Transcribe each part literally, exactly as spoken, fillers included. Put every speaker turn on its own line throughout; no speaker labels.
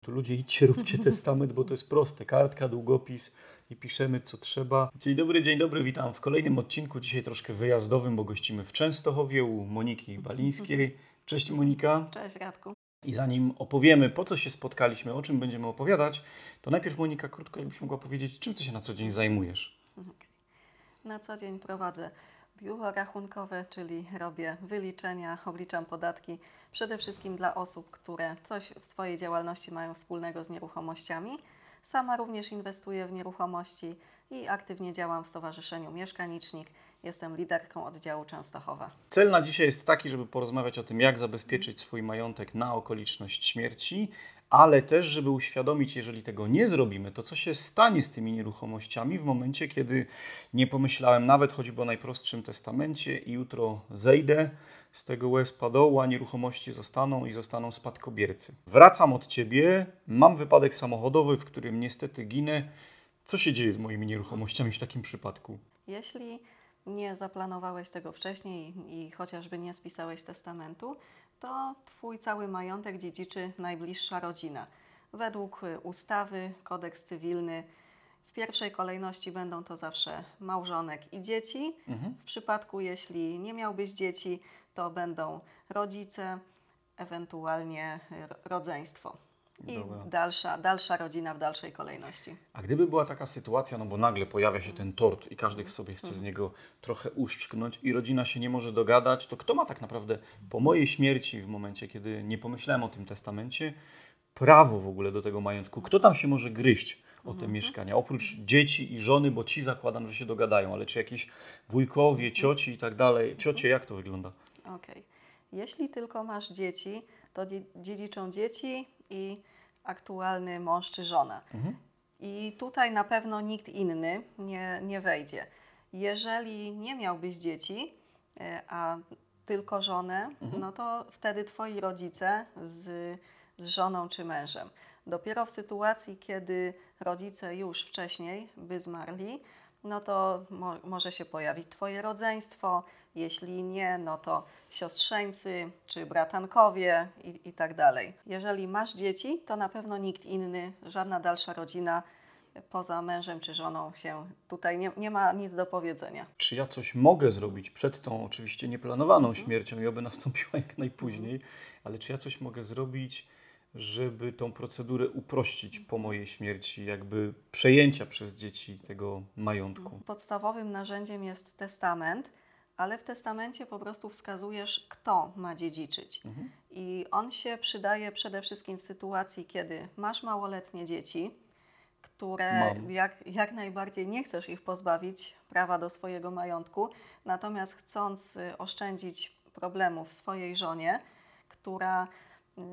To ludzie, idźcie, róbcie testament, bo to jest proste. Kartka, długopis i piszemy, co trzeba. Dzień dobry, dzień dobry, witam w kolejnym odcinku. Dzisiaj troszkę wyjazdowym, bo gościmy w Częstochowie u Moniki Balińskiej. Cześć Monika.
Cześć Radku.
I zanim opowiemy, po co się spotkaliśmy, o czym będziemy opowiadać, to najpierw Monika, krótko jakbyś mogła powiedzieć, czym ty się na co dzień zajmujesz?
Na co dzień prowadzę biuro rachunkowe, czyli robię wyliczenia, obliczam podatki, przede wszystkim dla osób, które coś w swojej działalności mają wspólnego z nieruchomościami. Sama również inwestuję w nieruchomości i aktywnie działam w Stowarzyszeniu Mieszkanicznik. Jestem liderką oddziału Częstochowa.
Cel na dzisiaj jest taki, żeby porozmawiać o tym, jak zabezpieczyć swój majątek na okoliczność śmierci, ale też, żeby uświadomić, jeżeli tego nie zrobimy, to co się stanie z tymi nieruchomościami w momencie, kiedy nie pomyślałem nawet choćby o najprostszym testamencie i jutro zejdę z tego łez padołu, a nieruchomości zostaną i zostaną spadkobiercy. Wracam od Ciebie, mam wypadek samochodowy, w którym niestety ginę. Co się dzieje z moimi nieruchomościami w takim przypadku?
Jeśli nie zaplanowałeś tego wcześniej i chociażby nie spisałeś testamentu, to Twój cały majątek dziedziczy najbliższa rodzina. Według ustawy, kodeks cywilny, w pierwszej kolejności będą to zawsze małżonek i dzieci.
Mhm.
W przypadku, jeśli nie miałbyś dzieci, to będą rodzice, ewentualnie rodzeństwo. I
Dobra.
dalsza, dalsza rodzina w dalszej kolejności.
A gdyby była taka sytuacja, no bo nagle pojawia się ten tort i każdy sobie chce z niego trochę uszczknąć i rodzina się nie może dogadać, to kto ma tak naprawdę po mojej śmierci, w momencie, kiedy nie pomyślałem o tym testamencie, prawo w ogóle do tego majątku? Kto tam się może gryźć o te mieszkania? Oprócz dzieci i żony, bo ci zakładam, że się dogadają, ale czy jakieś wujkowie, cioci i tak dalej? Ciocie, jak to wygląda?
Okej. Jeśli tylko masz dzieci, to dzie- dziedziczą dzieci i aktualny mąż czy żona.
Mhm.
I tutaj na pewno nikt inny nie, nie wejdzie. Jeżeli nie miałbyś dzieci, e, a tylko żonę,
Mhm.
no to wtedy twoi rodzice z, z żoną czy mężem. Dopiero w sytuacji, kiedy rodzice już wcześniej by zmarli, no to mo- może się pojawić twoje rodzeństwo. Jeśli nie, no to siostrzeńcy czy bratankowie i, i tak dalej. Jeżeli masz dzieci, to na pewno nikt inny, żadna dalsza rodzina poza mężem czy żoną się tutaj nie, nie ma nic do powiedzenia.
Czy ja coś mogę zrobić przed tą oczywiście nieplanowaną śmiercią i oby nastąpiła jak najpóźniej, ale czy ja coś mogę zrobić, żeby tą procedurę uprościć po mojej śmierci, jakby przejęcia przez dzieci tego majątku?
Podstawowym narzędziem jest testament, ale w testamencie po prostu wskazujesz, kto ma dziedziczyć.
Mhm.
I on się przydaje przede wszystkim w sytuacji, kiedy masz małoletnie dzieci, które
Mam.
jak, jak najbardziej nie chcesz ich pozbawić prawa do swojego majątku, natomiast chcąc y, oszczędzić problemów swojej żonie, która y,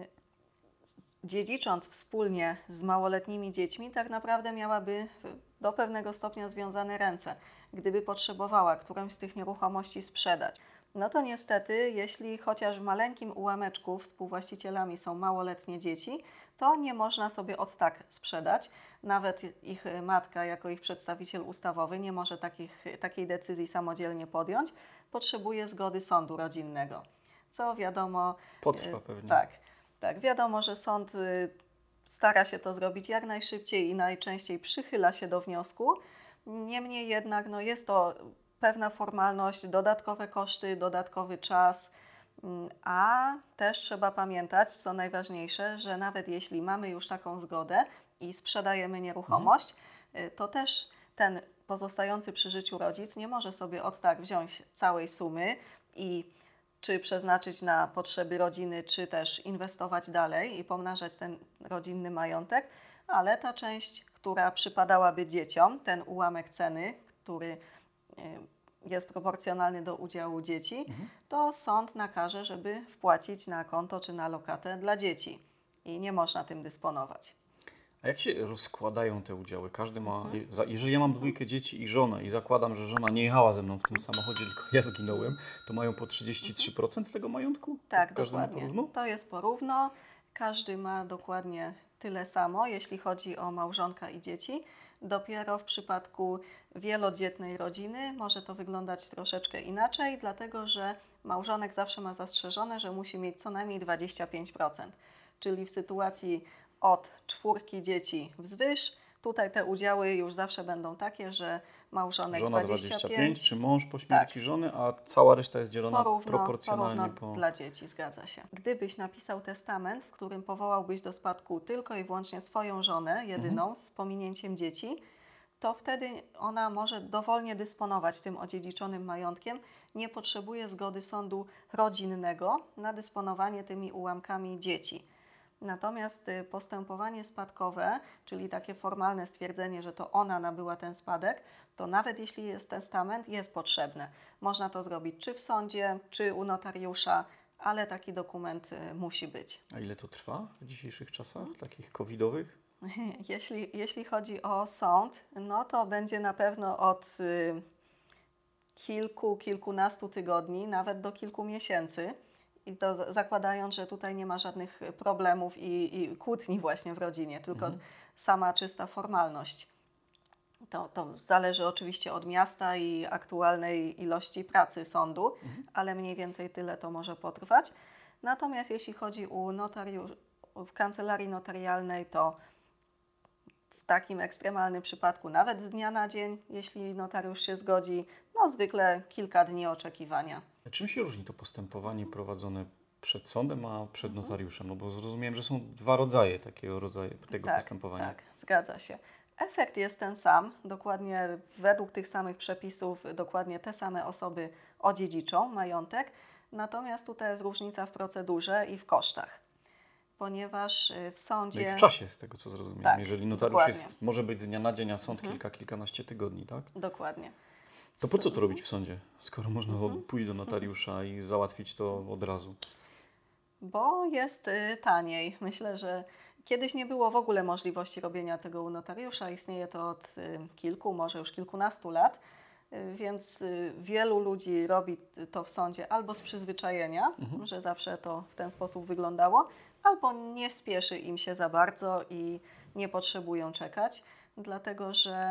dziedzicząc wspólnie z małoletnimi dziećmi, tak naprawdę miałaby do pewnego stopnia związane ręce, gdyby potrzebowała którąś z tych nieruchomości sprzedać. No to niestety, jeśli chociaż w maleńkim ułameczku współwłaścicielami są małoletnie dzieci, to nie można sobie od tak sprzedać. Nawet ich matka, jako ich przedstawiciel ustawowy, nie może takich, takiej decyzji samodzielnie podjąć. Potrzebuje zgody sądu rodzinnego, co wiadomo...
Potrwa pewnie.
Tak. Tak, wiadomo, że sąd y, stara się to zrobić jak najszybciej i najczęściej przychyla się do wniosku. Niemniej jednak no, jest to pewna formalność, dodatkowe koszty, dodatkowy czas, mm, a też trzeba pamiętać, co najważniejsze, że nawet jeśli mamy już taką zgodę i sprzedajemy nieruchomość, y, to też ten pozostający przy życiu rodzic nie może sobie od tak wziąć całej sumy i czy przeznaczyć na potrzeby rodziny, czy też inwestować dalej i pomnażać ten rodzinny majątek, ale ta część, która przypadałaby dzieciom, ten ułamek ceny, który y, jest proporcjonalny do udziału dzieci,
Mhm.
to sąd nakaże, żeby wpłacić na konto czy na lokatę dla dzieci i nie można tym dysponować.
A jak się rozkładają te udziały? Każdy ma, za- jeżeli ja mam dwójkę dzieci i żonę i zakładam, że żona nie jechała ze mną w tym samochodzie, tylko ja zginąłem, to mają po trzydzieści trzy procent tego majątku?
Tak,
Każdy ma
dokładnie.
porówno?
To jest porówno. Każdy ma dokładnie tyle samo, jeśli chodzi o małżonka i dzieci. Dopiero w przypadku wielodzietnej rodziny może to wyglądać troszeczkę inaczej, dlatego że małżonek zawsze ma zastrzeżone, że musi mieć co najmniej dwadzieścia pięć procent. Czyli w sytuacji od czwórki dzieci wzwyż. Tutaj te udziały już zawsze będą takie, że małżonek
Żona
dwadzieścia
dwadzieścia
pięć,
pięć, czy mąż po śmierci
tak,
żony, a cała reszta jest dzielona
porówno,
proporcjonalnie
porówno
po...
dla dzieci, zgadza się. Gdybyś napisał testament, w którym powołałbyś do spadku tylko i wyłącznie swoją żonę, jedyną,
Mhm.
z pominięciem dzieci, to wtedy ona może dowolnie dysponować tym odziedziczonym majątkiem, nie potrzebuje zgody sądu rodzinnego na dysponowanie tymi ułamkami dzieci. Natomiast y, postępowanie spadkowe, czyli takie formalne stwierdzenie, że to ona nabyła ten spadek, to nawet jeśli jest testament, jest potrzebne. Można to zrobić czy w sądzie, czy u notariusza, ale taki dokument y, musi być.
A ile to trwa w dzisiejszych czasach, takich covidowych?
Jeśli, jeśli chodzi o sąd, no to będzie na pewno od y, kilku, kilkunastu tygodni, nawet do kilku miesięcy. I to z- zakładając, że tutaj nie ma żadnych problemów i, i kłótni właśnie w rodzinie, tylko
Mhm.
sama czysta formalność. To, to zależy oczywiście od miasta i aktualnej ilości pracy sądu,
Mhm.
ale mniej więcej tyle to może potrwać. Natomiast jeśli chodzi o notariusz, w kancelarii notarialnej, to w takim ekstremalnym przypadku nawet z dnia na dzień, jeśli notariusz się zgodzi, no zwykle kilka dni oczekiwania.
A czym się różni to postępowanie prowadzone przed sądem, a przed
Mhm.
notariuszem? No bo zrozumiałem, że są dwa rodzaje takiego rodzaju tego
Tak,
postępowania.
tak, zgadza się. Efekt jest ten sam, dokładnie według tych samych przepisów, dokładnie te same osoby odziedziczą majątek, natomiast tutaj jest różnica w procedurze i w kosztach, ponieważ y, w
No i
sądzie...
w czasie, z tego co zrozumiałem.
Tak,
Jeżeli notariusz
dokładnie.
jest, może być z dnia na dzień, a sąd
Mhm.
kilka, kilkanaście tygodni, tak?
Dokładnie.
To po co to robić w sądzie, skoro można
Mhm.
pójść do notariusza i załatwić to od razu?
Bo jest y, taniej. Myślę, że kiedyś nie było w ogóle możliwości robienia tego u notariusza. Istnieje to od y, kilku, może już kilkunastu lat, y, więc y, wielu ludzi robi to w sądzie albo z przyzwyczajenia,
Mhm.
że zawsze to w ten sposób wyglądało, albo nie spieszy im się za bardzo i nie potrzebują czekać, dlatego że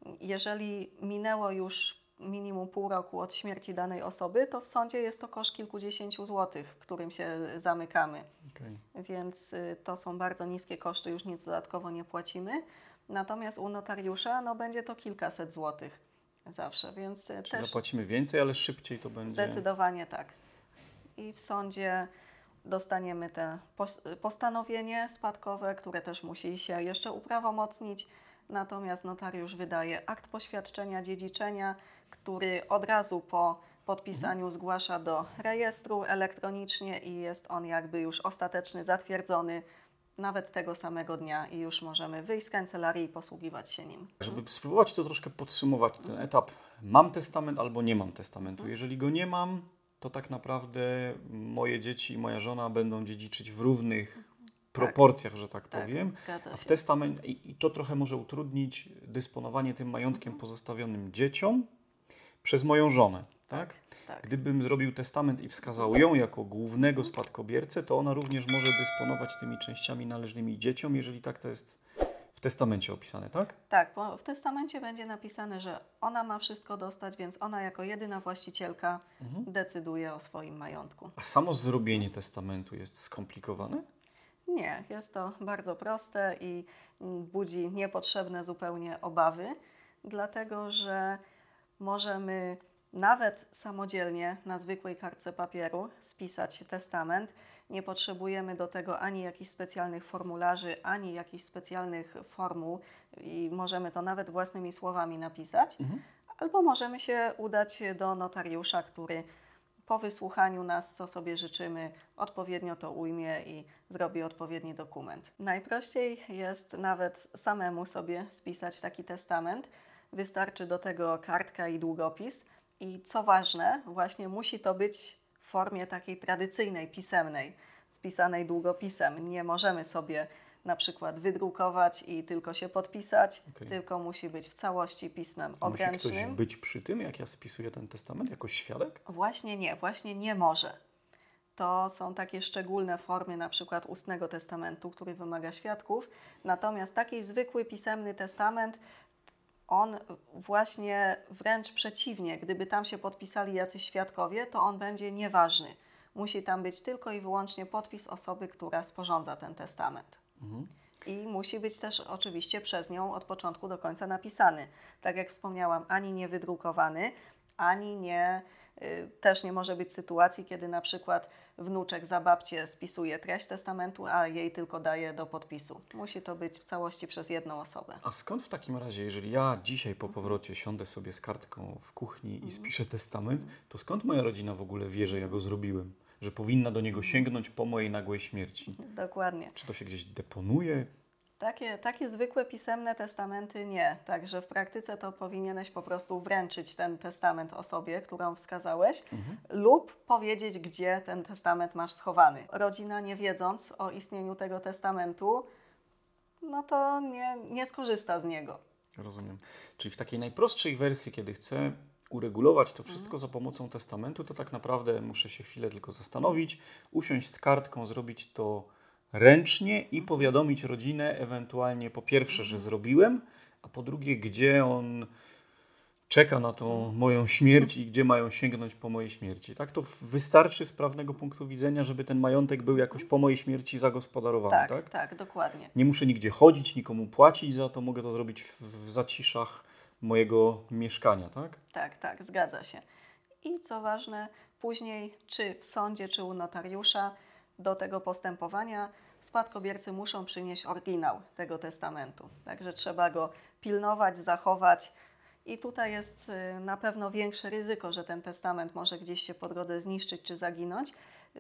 jeżeli minęło już minimum pół roku od śmierci danej osoby, to w sądzie jest to koszt kilkudziesięciu złotych, którym się zamykamy.
Okej.
Więc y, to są bardzo niskie koszty, już nic dodatkowo nie płacimy. Natomiast u notariusza no, będzie to kilkaset złotych zawsze, więc y,
Czyli
też
zapłacimy więcej, ale szybciej to będzie.
zdecydowanie tak. I w sądzie dostaniemy te pos- postanowienie spadkowe, które też musi się jeszcze uprawomocnić. Natomiast notariusz wydaje akt poświadczenia dziedziczenia, który od razu po podpisaniu zgłasza do rejestru elektronicznie i jest on jakby już ostateczny, zatwierdzony nawet tego samego dnia i już możemy wyjść z kancelarii i posługiwać się nim.
Żeby spróbować to troszkę podsumować, ten etap, mam testament albo nie mam testamentu. Jeżeli go nie mam, to tak naprawdę moje dzieci i moja żona będą dziedziczyć w równych proporcjach, że tak
Tak,
powiem.
zgadza
A w
się.
testament, i, I to trochę może utrudnić dysponowanie tym majątkiem pozostawionym dzieciom przez moją żonę. Tak?
Tak.
Gdybym zrobił testament i wskazał ją jako głównego spadkobiercę, to ona również może dysponować tymi częściami należnymi dzieciom, jeżeli tak to jest w testamencie opisane, tak?
Tak, bo w testamencie będzie napisane, że ona ma wszystko dostać, więc ona jako jedyna właścicielka
Mhm.
decyduje o swoim majątku.
A samo zrobienie testamentu jest skomplikowane?
Nie, jest to bardzo proste i mm, budzi niepotrzebne zupełnie obawy, dlatego że możemy nawet samodzielnie na zwykłej kartce papieru spisać testament. Nie potrzebujemy do tego ani jakichś specjalnych formularzy, ani jakichś specjalnych formuł i możemy to nawet własnymi słowami napisać.
Mhm.
Albo możemy się udać do notariusza, który po wysłuchaniu nas, co sobie życzymy, odpowiednio to ujmie i zrobi odpowiedni dokument. Najprościej jest nawet samemu sobie spisać taki testament. Wystarczy do tego kartka i długopis. I co ważne, właśnie musi to być w formie takiej tradycyjnej, pisemnej, spisanej długopisem. Nie możemy sobie na przykład wydrukować i tylko się podpisać,
Okej.
tylko musi być w całości pismem
Musi ktoś
odręcznym.
być przy tym, jak ja spisuję ten testament, jako świadek?
Właśnie nie, właśnie nie może. To są takie szczególne formy, na przykład ustnego testamentu, który wymaga świadków. Natomiast taki zwykły pisemny testament, on właśnie wręcz przeciwnie, gdyby tam się podpisali jacyś świadkowie, to on będzie nieważny. Musi tam być tylko i wyłącznie podpis osoby, która sporządza ten testament.
Mhm.
I musi być też oczywiście przez nią od początku do końca napisany. Tak jak wspomniałam, ani nie wydrukowany, ani nie, y, też nie może być sytuacji, kiedy na przykład wnuczek za babcię spisuje treść testamentu, a jej tylko daje do podpisu. Musi to być w całości przez jedną osobę.
A skąd w takim razie, jeżeli ja dzisiaj po powrocie siądę sobie z kartką w kuchni i spiszę testament, to skąd moja rodzina w ogóle wie, że ja go zrobiłem? Że powinna do niego sięgnąć po mojej nagłej śmierci?
Dokładnie.
Czy to się gdzieś deponuje?
Takie, takie zwykłe pisemne testamenty nie. Także w praktyce to powinieneś po prostu wręczyć ten testament osobie, którą wskazałeś,
Mhm.
lub powiedzieć, gdzie ten testament masz schowany. Rodzina, nie wiedząc o istnieniu tego testamentu, no to nie, nie skorzysta z niego.
Rozumiem. Czyli w takiej najprostszej wersji, kiedy chcę uregulować to wszystko za pomocą testamentu, to tak naprawdę muszę się chwilę tylko zastanowić, usiąść z kartką, zrobić to ręcznie i powiadomić rodzinę ewentualnie po pierwsze, że zrobiłem, a po drugie, gdzie on czeka na tą moją śmierć i gdzie mają sięgnąć po mojej śmierci. Tak to wystarczy z prawnego punktu widzenia, żeby ten majątek był jakoś po mojej śmierci zagospodarowany,
Tak,
tak?
tak, dokładnie.
Nie muszę nigdzie chodzić, nikomu płacić za to, mogę to zrobić w, w zaciszach mojego mieszkania, tak?
Tak, tak, zgadza się. I co ważne, później czy w sądzie, czy u notariusza do tego postępowania spadkobiercy muszą przynieść oryginał tego testamentu. Także trzeba go pilnować, zachować. I tutaj jest y, na pewno większe ryzyko, że ten testament może gdzieś się po drodze zniszczyć czy zaginąć,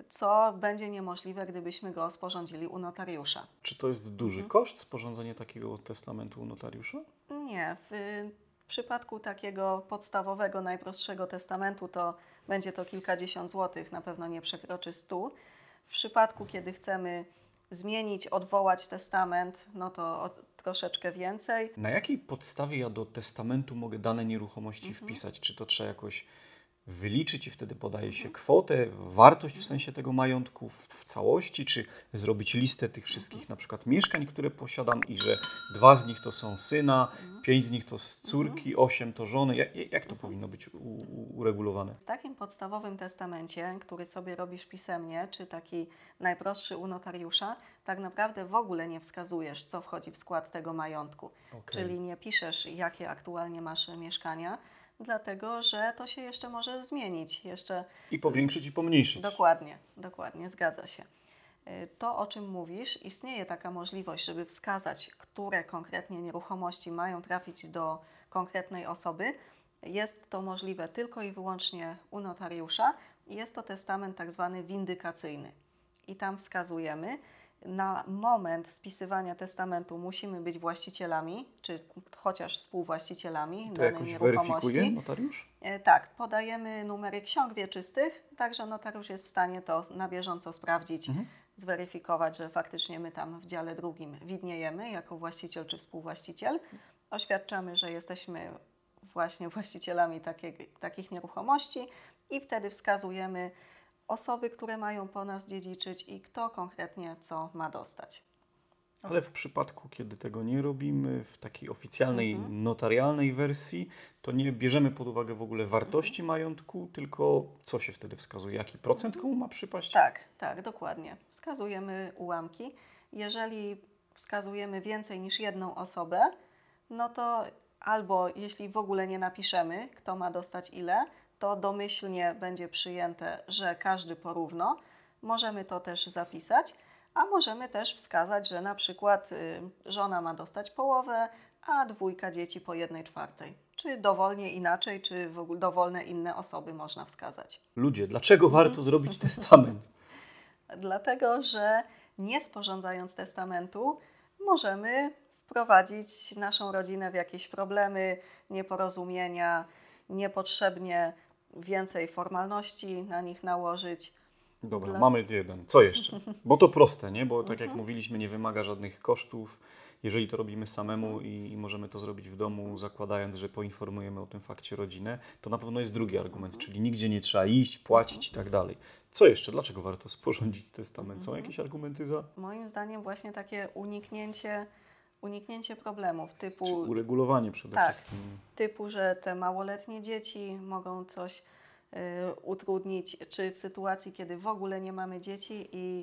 co będzie niemożliwe, gdybyśmy go sporządzili u notariusza.
Czy to jest duży koszt sporządzenie takiego testamentu u notariusza?
Nie, w przypadku takiego podstawowego, najprostszego testamentu to będzie to kilkadziesiąt złotych, na pewno nie przekroczy stu. W przypadku, kiedy chcemy zmienić, odwołać testament, no to o, troszeczkę więcej.
Na jakiej podstawie ja do testamentu mogę dane nieruchomości wpisać? Czy to trzeba jakoś wyliczyć i wtedy podaje się kwotę, wartość w sensie tego majątku w, w całości, czy zrobić listę tych wszystkich na przykład mieszkań, które posiadam i że dwa z nich to są syna, pięć z nich to z córki, osiem to żony. Jak, jak to powinno być u, u, uregulowane?
W takim podstawowym testamencie, który sobie robisz pisemnie, czy taki najprostszy u notariusza, tak naprawdę w ogóle nie wskazujesz, co wchodzi w skład tego majątku.
Okej.
Czyli nie piszesz, jakie aktualnie masz mieszkania, dlatego że to się jeszcze może zmienić. Jeszcze
I powiększyć i pomniejszyć.
Dokładnie, dokładnie, zgadza się. Y, To, o czym mówisz, istnieje taka możliwość, żeby wskazać, które konkretnie nieruchomości mają trafić do konkretnej osoby. Jest to możliwe tylko i wyłącznie u notariusza i jest to testament tak zwany windykacyjny. I tam wskazujemy, na moment spisywania testamentu musimy być właścicielami, czy chociaż współwłaścicielami
To
danej
jakoś
nieruchomości.
weryfikuje notariusz?
E, Tak, podajemy numery ksiąg wieczystych, także notariusz jest w stanie to na bieżąco sprawdzić,
Mhm.
zweryfikować, że faktycznie my tam w dziale drugim widniejemy jako właściciel czy współwłaściciel. Oświadczamy, że jesteśmy właśnie właścicielami takie, takich nieruchomości i wtedy wskazujemy osoby, które mają po nas dziedziczyć i kto konkretnie co ma dostać.
Ale w przypadku, kiedy tego nie robimy, w takiej oficjalnej, notarialnej wersji, to nie bierzemy pod uwagę w ogóle wartości majątku, tylko co się wtedy wskazuje? Jaki procent komu ma przypaść?
Tak, tak, dokładnie. Wskazujemy ułamki. Jeżeli wskazujemy więcej niż jedną osobę, no to albo jeśli w ogóle nie napiszemy, kto ma dostać ile, to domyślnie będzie przyjęte, że każdy porówno. Możemy to też zapisać, a możemy też wskazać, że na przykład y, żona ma dostać połowę, a dwójka dzieci po jednej czwartej. Czy dowolnie inaczej, czy w ogóle dowolne inne osoby można wskazać.
Ludzie, dlaczego warto zrobić testament?
Dlatego, że nie sporządzając testamentu możemy wprowadzić naszą rodzinę w jakieś problemy, nieporozumienia, niepotrzebnie więcej formalności na nich nałożyć.
Dobra,
Dla-
mamy jeden. Co jeszcze? Bo to proste, nie? Bo tak jak mówiliśmy, nie wymaga żadnych kosztów. Jeżeli to robimy samemu i, i możemy to zrobić w domu, zakładając, że poinformujemy o tym fakcie rodzinę, to na pewno jest drugi argument, czyli nigdzie nie trzeba iść, płacić i tak dalej. Co jeszcze? Dlaczego warto sporządzić testament? Są jakieś argumenty za?
Moim zdaniem właśnie takie uniknięcie, uniknięcie problemów
Czy
typu
uregulowanie przede
tak.
wszystkim?
typu, że te małoletnie dzieci mogą coś y, utrudnić, czy w sytuacji, kiedy w ogóle nie mamy dzieci i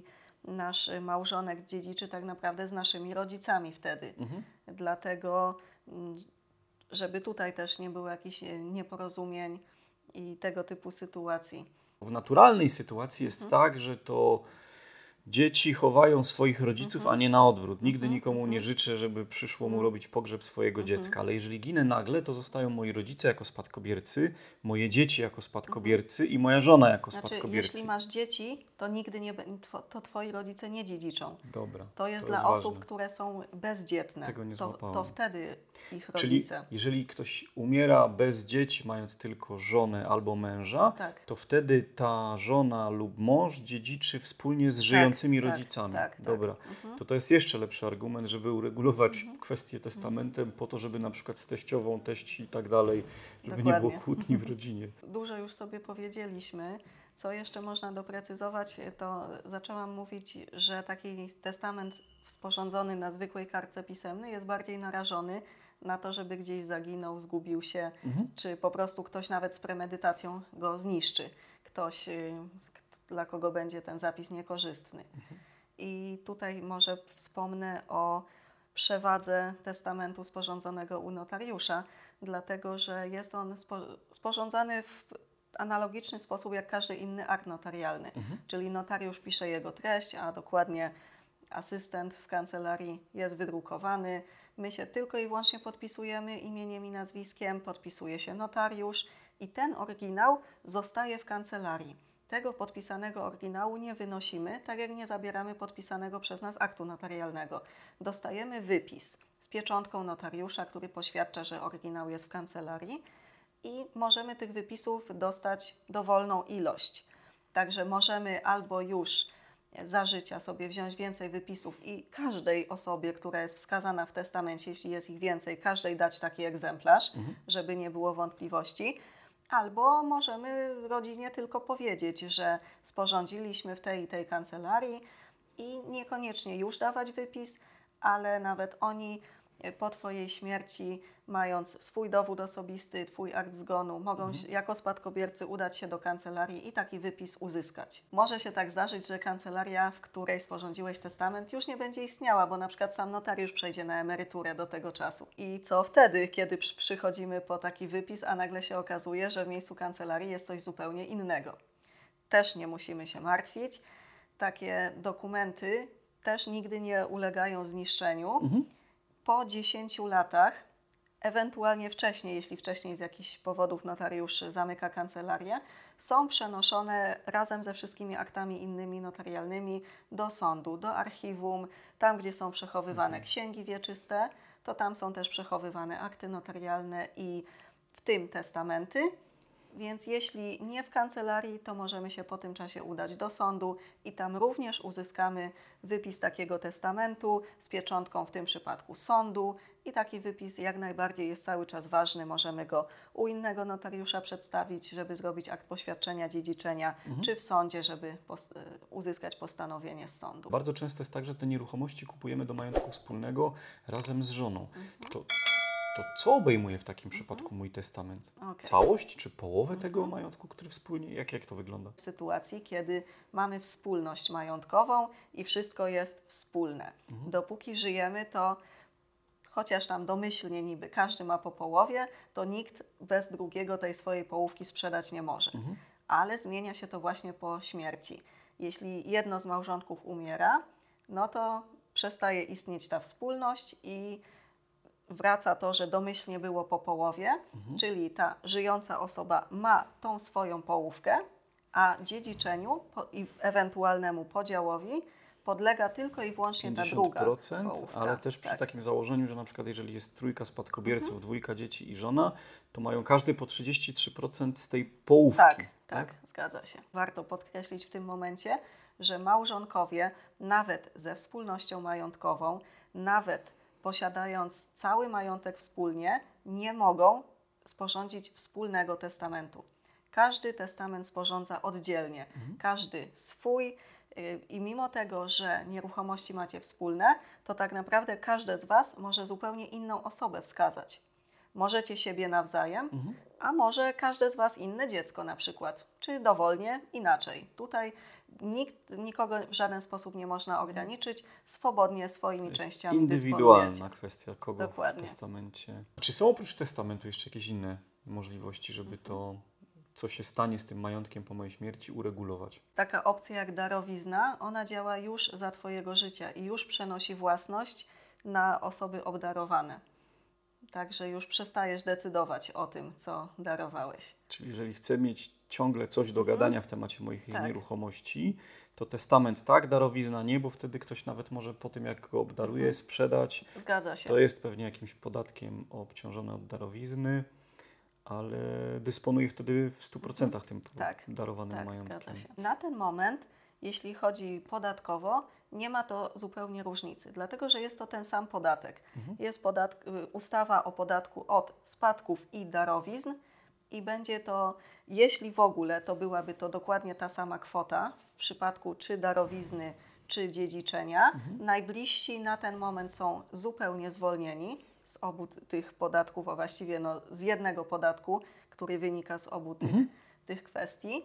nasz małżonek dziedziczy tak naprawdę z naszymi rodzicami wtedy.
Mhm.
Dlatego, mm, żeby tutaj też nie było jakichś e, nieporozumień i tego typu sytuacji.
W naturalnej sytuacji jest
Mhm.
tak, że to dzieci chowają swoich rodziców,
Mhm.
a nie na odwrót. Nigdy
Mhm,
nikomu nie
mhm.
życzę, żeby przyszło mu
Mhm.
robić pogrzeb swojego
Mhm.
dziecka, ale jeżeli ginę nagle, to zostają moi rodzice jako spadkobiercy, moje dzieci jako spadkobiercy i moja żona jako
Znaczy,
spadkobiercy.
jeśli masz dzieci, to nigdy nie, bę- two- to twoi rodzice nie dziedziczą.
Dobra,
To jest
to
dla
jest
osób,
ważne.
które są bezdzietne.
Tego nie
to,
złapałem.
to wtedy ich
Czyli
rodzice.
jeżeli ktoś umiera bez dzieci, mając tylko żonę albo męża,
Tak.
to wtedy ta żona lub mąż dziedziczy wspólnie z żyjącymi
tak,
rodzicami.
tak, tak.
Dobra.
Mhm.
To to jest jeszcze lepszy argument, żeby uregulować
Mhm.
kwestię testamentem po to, żeby na przykład z teściową, teści i tak dalej, żeby nie było
Dokładnie.
kłótni w rodzinie.
Dużo już sobie powiedzieliśmy. Co jeszcze można doprecyzować, to zaczęłam mówić, że taki testament sporządzony na zwykłej kartce pisemnej jest bardziej narażony na to, żeby gdzieś zaginął, zgubił się,
Mhm.
czy po prostu ktoś nawet z premedytacją go zniszczy. Ktoś, y, z- dla kogo będzie ten zapis niekorzystny. I tutaj może wspomnę o przewadze testamentu sporządzonego u notariusza, dlatego że jest on spo, sporządzany w analogiczny sposób jak każdy inny akt notarialny.
Mhm.
Czyli notariusz pisze jego treść, a dokładnie asystent w kancelarii jest wydrukowany. My się tylko i wyłącznie podpisujemy imieniem i nazwiskiem, podpisuje się notariusz i ten oryginał zostaje w kancelarii. Tego podpisanego oryginału nie wynosimy, tak jak nie zabieramy podpisanego przez nas aktu notarialnego. Dostajemy wypis z pieczątką notariusza, który poświadcza, że oryginał jest w kancelarii i możemy tych wypisów dostać dowolną ilość. Także możemy albo już za życia sobie wziąć więcej wypisów i każdej osobie, która jest wskazana w testamencie, jeśli jest ich więcej, każdej dać taki egzemplarz,
Mhm.
żeby nie było wątpliwości. Albo możemy rodzinie tylko powiedzieć, że sporządziliśmy w tej i tej kancelarii i niekoniecznie już dawać wypis, ale nawet oni e, po Twojej śmierci, mając swój dowód osobisty, Twój akt zgonu, mogą
Mhm.
się, jako spadkobiercy udać się do kancelarii i taki wypis uzyskać. Może się tak zdarzyć, że kancelaria, w której sporządziłeś testament, już nie będzie istniała, bo na przykład sam notariusz przejdzie na emeryturę do tego czasu. I co wtedy, kiedy przy- przychodzimy po taki wypis, a nagle się okazuje, że w miejscu kancelarii jest coś zupełnie innego? Też nie musimy się martwić. Takie dokumenty też nigdy nie ulegają zniszczeniu.
Mhm.
Po dziesięciu latach, ewentualnie wcześniej, jeśli wcześniej z jakichś powodów notariusz zamyka kancelarię, są przenoszone razem ze wszystkimi aktami innymi notarialnymi do sądu, do archiwum, tam gdzie są przechowywane
Mhm.
księgi wieczyste, to tam są też przechowywane akty notarialne i w tym testamenty. Więc jeśli nie w kancelarii, to możemy się po tym czasie udać do sądu i tam również uzyskamy wypis takiego testamentu z pieczątką w tym przypadku sądu i taki wypis jak najbardziej jest cały czas ważny. Możemy go u innego notariusza przedstawić, żeby zrobić akt poświadczenia dziedziczenia,
Mhm.
czy w sądzie, żeby pos- uzyskać postanowienie z sądu.
Bardzo często jest tak, że te nieruchomości kupujemy do majątku wspólnego razem z żoną. To, to co obejmuje w takim przypadku mój testament?
Okej.
Całość czy połowę tego
Mhm.
majątku, który wspólnie? Jak, jak to wygląda?
W sytuacji, kiedy mamy wspólność majątkową i wszystko jest wspólne.
Mhm.
Dopóki żyjemy, to chociaż tam domyślnie niby każdy ma po połowie, to nikt bez drugiego tej swojej połówki sprzedać nie może.
Mhm.
Ale zmienia się to właśnie po śmierci. Jeśli jedno z małżonków umiera, no to przestaje istnieć ta wspólność i wraca to, że domyślnie było po połowie,
Mhm.
czyli ta żyjąca osoba ma tą swoją połówkę, a dziedziczeniu po, i ewentualnemu podziałowi podlega tylko i wyłącznie ta
pięćdziesiąt
druga
procent,
połówka.
ale też przy
tak.
takim założeniu, że na przykład jeżeli jest trójka spadkobierców, dwójka dzieci i żona, to mają każdy po trzydzieści trzy procent z tej połówki.
Tak, tak, zgadza się. Warto podkreślić w tym momencie, że małżonkowie, nawet ze wspólnością majątkową, nawet posiadając cały majątek wspólnie, nie mogą sporządzić wspólnego testamentu. Każdy testament sporządza oddzielnie,
Mhm.
każdy swój yy, i mimo tego, że nieruchomości macie wspólne, to tak naprawdę każde z Was może zupełnie inną osobę wskazać. Możecie siebie nawzajem,
Mhm.
a może każde z Was inne dziecko na przykład, czy dowolnie inaczej. Tutaj nikt, nikogo w żaden sposób nie można ograniczyć, swobodnie swoimi
To jest
częściami
indywidualna
dysponujecie.
kwestia, kogo
Dokładnie.
w testamencie. Czy są oprócz testamentu jeszcze jakieś inne możliwości, żeby to, co się stanie z tym majątkiem po mojej śmierci, uregulować?
Taka opcja jak darowizna, ona działa już za Twojego życia i już przenosi własność na osoby obdarowane. Także już przestajesz decydować o tym, co darowałeś.
Czyli jeżeli chcę mieć ciągle coś do gadania w temacie moich
Tak.
nieruchomości, to testament tak, darowizna nie, bo wtedy ktoś nawet może po tym, jak go obdaruje, sprzedać.
Zgadza się.
To jest pewnie jakimś podatkiem obciążone od darowizny, ale dysponuje wtedy w stu procentach tym
Tak,
darowanym
Tak,
majątkiem.
zgadza się. Na ten moment, jeśli chodzi podatkowo, nie ma to zupełnie różnicy, dlatego że jest to ten sam podatek.
Mhm.
Jest podatk, y, ustawa o podatku od spadków i darowizn i będzie to, jeśli w ogóle, to byłaby to dokładnie ta sama kwota w przypadku czy darowizny, czy dziedziczenia. Najbliżsi na ten moment są zupełnie zwolnieni z obu t- tych podatków, a właściwie no, z jednego podatku, który wynika z obu tych, tych kwestii.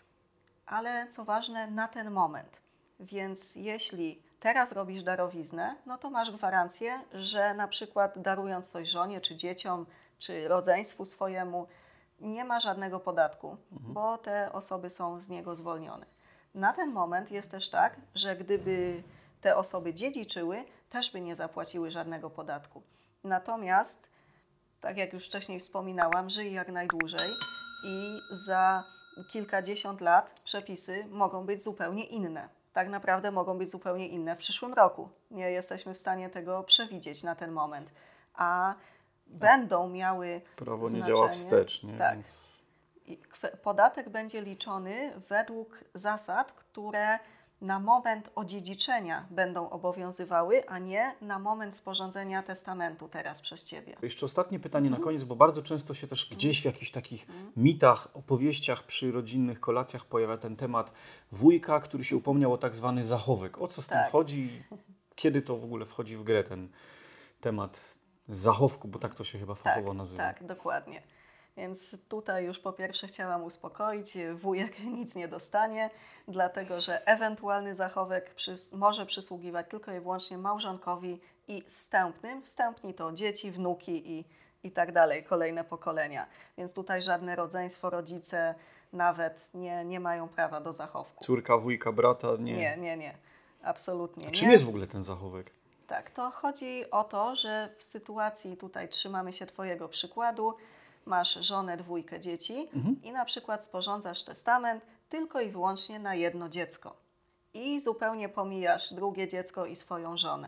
Ale co ważne, na ten moment. Więc jeśli teraz robisz darowiznę, no to masz gwarancję, że na przykład darując coś żonie, czy dzieciom, czy rodzeństwu swojemu, nie ma żadnego podatku, bo te osoby są z niego zwolnione. Na ten moment jest też tak, że gdyby te osoby dziedziczyły, też by nie zapłaciły żadnego podatku. Natomiast, tak jak już wcześniej wspominałam, żyj jak najdłużej i za kilkadziesiąt lat przepisy mogą być zupełnie inne. Tak naprawdę mogą być zupełnie inne w przyszłym roku. Nie jesteśmy w stanie tego przewidzieć na ten moment. A będą miały
Prawo nie
znaczenie.
działa wstecz, nie?
Tak.
Więc
I kwe- Podatek będzie liczony według zasad, które na moment odziedziczenia będą obowiązywały, a nie na moment sporządzenia testamentu teraz przez Ciebie.
jeszcze ostatnie pytanie na koniec, bo bardzo często się też gdzieś w jakichś takich mitach, opowieściach przy rodzinnych kolacjach pojawia ten temat wujka, który się upomniał o tak zwany zachowek. O co z tym
Tak.
chodzi? Kiedy to w ogóle wchodzi w grę ten temat zachowku, bo tak to się chyba fachowo
tak,
nazywa.
Tak, dokładnie. Więc tutaj już po pierwsze chciałam uspokoić, wujek nic nie dostanie, dlatego że ewentualny zachowek przys- może przysługiwać tylko i wyłącznie małżonkowi i zstępnym. Wstępni to dzieci, wnuki i, i tak dalej, kolejne pokolenia. Więc tutaj żadne rodzeństwo, rodzice nawet nie, nie mają prawa do zachowku.
Córka, wujka, brata, nie.
Nie, nie, nie. Absolutnie
A
nie.
czym jest w ogóle ten zachowek?
Tak, to chodzi o to, że w sytuacji, tutaj trzymamy się Twojego przykładu, masz żonę, dwójkę dzieci i na przykład sporządzasz testament tylko i wyłącznie na jedno dziecko. I zupełnie pomijasz drugie dziecko i swoją żonę.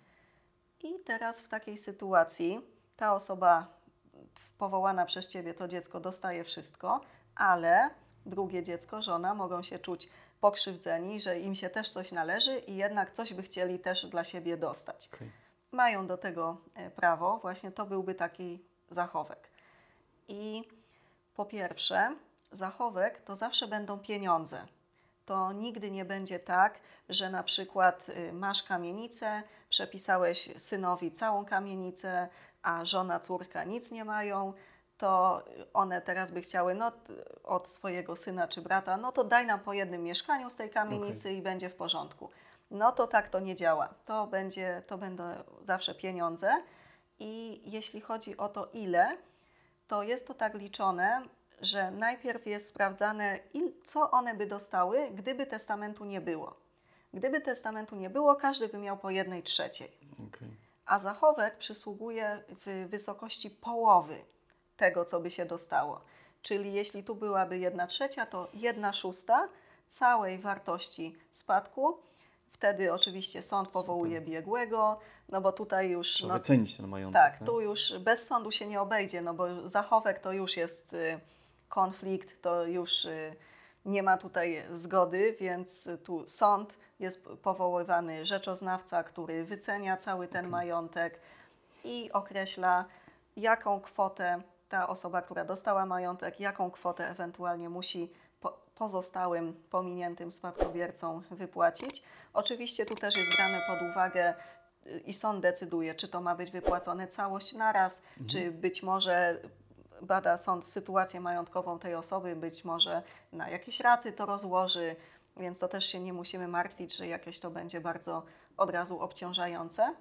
I teraz w takiej sytuacji ta osoba powołana przez Ciebie, to dziecko dostaje wszystko, ale drugie dziecko, żona mogą się czuć pokrzywdzeni, że im się też coś należy i jednak coś by chcieli też dla siebie dostać.
Okay.
Mają do tego e, prawo, właśnie to byłby taki zachowek. I po pierwsze, zachowek to zawsze będą pieniądze. To nigdy nie będzie tak, że na przykład y, masz kamienicę, przepisałeś synowi całą kamienicę, a żona, córka nic nie mają, to one teraz by chciały no, t- od swojego syna czy brata, no to daj nam po jednym mieszkaniu z tej kamienicy
Okej.
i będzie w porządku. No to tak to nie działa. To, będzie, to będą zawsze pieniądze i jeśli chodzi o to ile, to jest to tak liczone, że najpierw jest sprawdzane, il, co one by dostały, gdyby testamentu nie było. Gdyby testamentu nie było, każdy by miał po jednej trzeciej.
Okay.
A zachowek przysługuje w wysokości połowy tego, co by się dostało. Czyli jeśli tu byłaby jedna trzecia, to jedna szósta całej wartości spadku. Wtedy oczywiście sąd powołuje biegłego, no bo tutaj już...
Trzeba
no,
wycenić ten majątek.
tak,
nie?
tu już bez sądu się nie obejdzie, no bo zachowek to już jest y, konflikt, to już y, nie ma tutaj zgody, więc tu sąd jest powoływany rzeczoznawca, który wycenia cały ten
Okej.
majątek i określa, jaką kwotę ta osoba, która dostała majątek, jaką kwotę ewentualnie musi po, pozostałym pominiętym spadkobiercom wypłacić. Oczywiście tu też jest brane pod uwagę i sąd decyduje, czy to ma być wypłacone całość naraz,
Mhm.
czy być może bada sąd sytuację majątkową tej osoby, być może na jakieś raty to rozłoży, więc to też się nie musimy martwić, że jakieś to będzie bardzo od razu obciążające.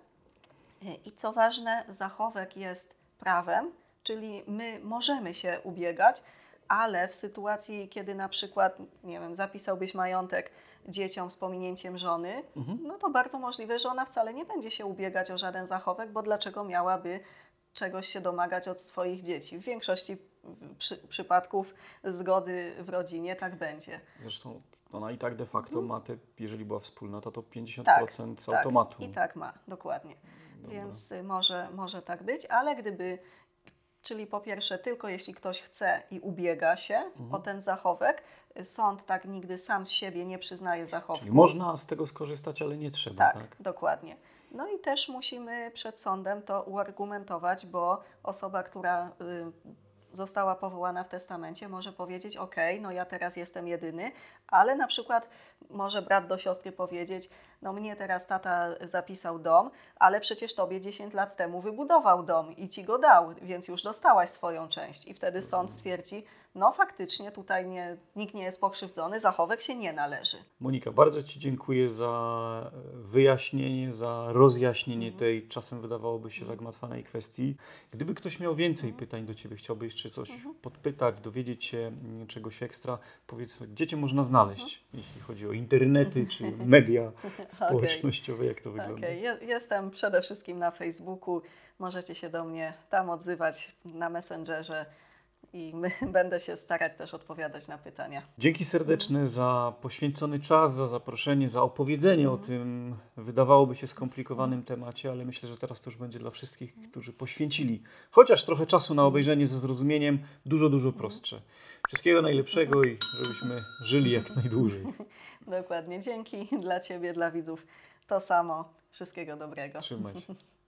I co ważne, zachowek jest prawem, czyli my możemy się ubiegać, ale w sytuacji, kiedy na przykład, nie wiem, zapisałbyś majątek dzieciom z pominięciem żony,
Mhm.
no to bardzo możliwe, że ona wcale nie będzie się ubiegać o żaden zachowek, bo dlaczego miałaby czegoś się domagać od swoich dzieci? W większości przy, przypadków zgody w rodzinie tak będzie.
Zresztą ona i tak de facto
Mhm.
ma te, jeżeli była wspólnota, to pięćdziesiąt
Tak,
procent z
tak,
automatu.
i tak ma, dokładnie.
Dobra.
Więc y, może, może tak być, ale gdyby, czyli po pierwsze tylko jeśli ktoś chce i ubiega się
Mhm.
o ten zachowek, y, sąd tak nigdy sam z siebie nie przyznaje zachowku.
Czyli można z tego skorzystać, ale nie trzeba,
Tak,
tak?
dokładnie. No i też musimy przed sądem to uargumentować, bo osoba, która y, została powołana w testamencie, może powiedzieć: OK, no ja teraz jestem jedyny, ale na przykład może brat do siostry powiedzieć: no mnie teraz tata zapisał dom, ale przecież tobie dziesięć lat temu wybudował dom i ci go dał, więc już dostałaś swoją część. I wtedy sąd stwierdzi: no faktycznie tutaj nie, nikt nie jest pokrzywdzony, zachowek się nie należy.
Monika, bardzo Ci dziękuję za wyjaśnienie, za rozjaśnienie
Mhm.
tej czasem wydawałoby się zagmatwanej kwestii. Gdyby ktoś miał więcej
Mhm.
pytań do Ciebie, chciałby jeszcze coś
Mhm.
podpytać, dowiedzieć się mm, czegoś ekstra, powiedz, gdzie Cię można znaleźć, jeśli chodzi o internety czy media społecznościowe, jak to wygląda?
Okej, Je- jestem przede wszystkim na Facebooku. Możecie się do mnie tam odzywać na Messengerze i my, będę się starać też odpowiadać na pytania.
Dzięki serdeczne za poświęcony czas, za zaproszenie, za opowiedzenie o tym, wydawałoby się skomplikowanym temacie, ale myślę, że teraz to już będzie dla wszystkich, którzy poświęcili chociaż trochę czasu na obejrzenie ze zrozumieniem, dużo, dużo prostsze. Wszystkiego najlepszego i żebyśmy żyli jak najdłużej.
Dokładnie. Dzięki dla Ciebie, dla widzów. To samo. Wszystkiego dobrego.
Trzymaj się.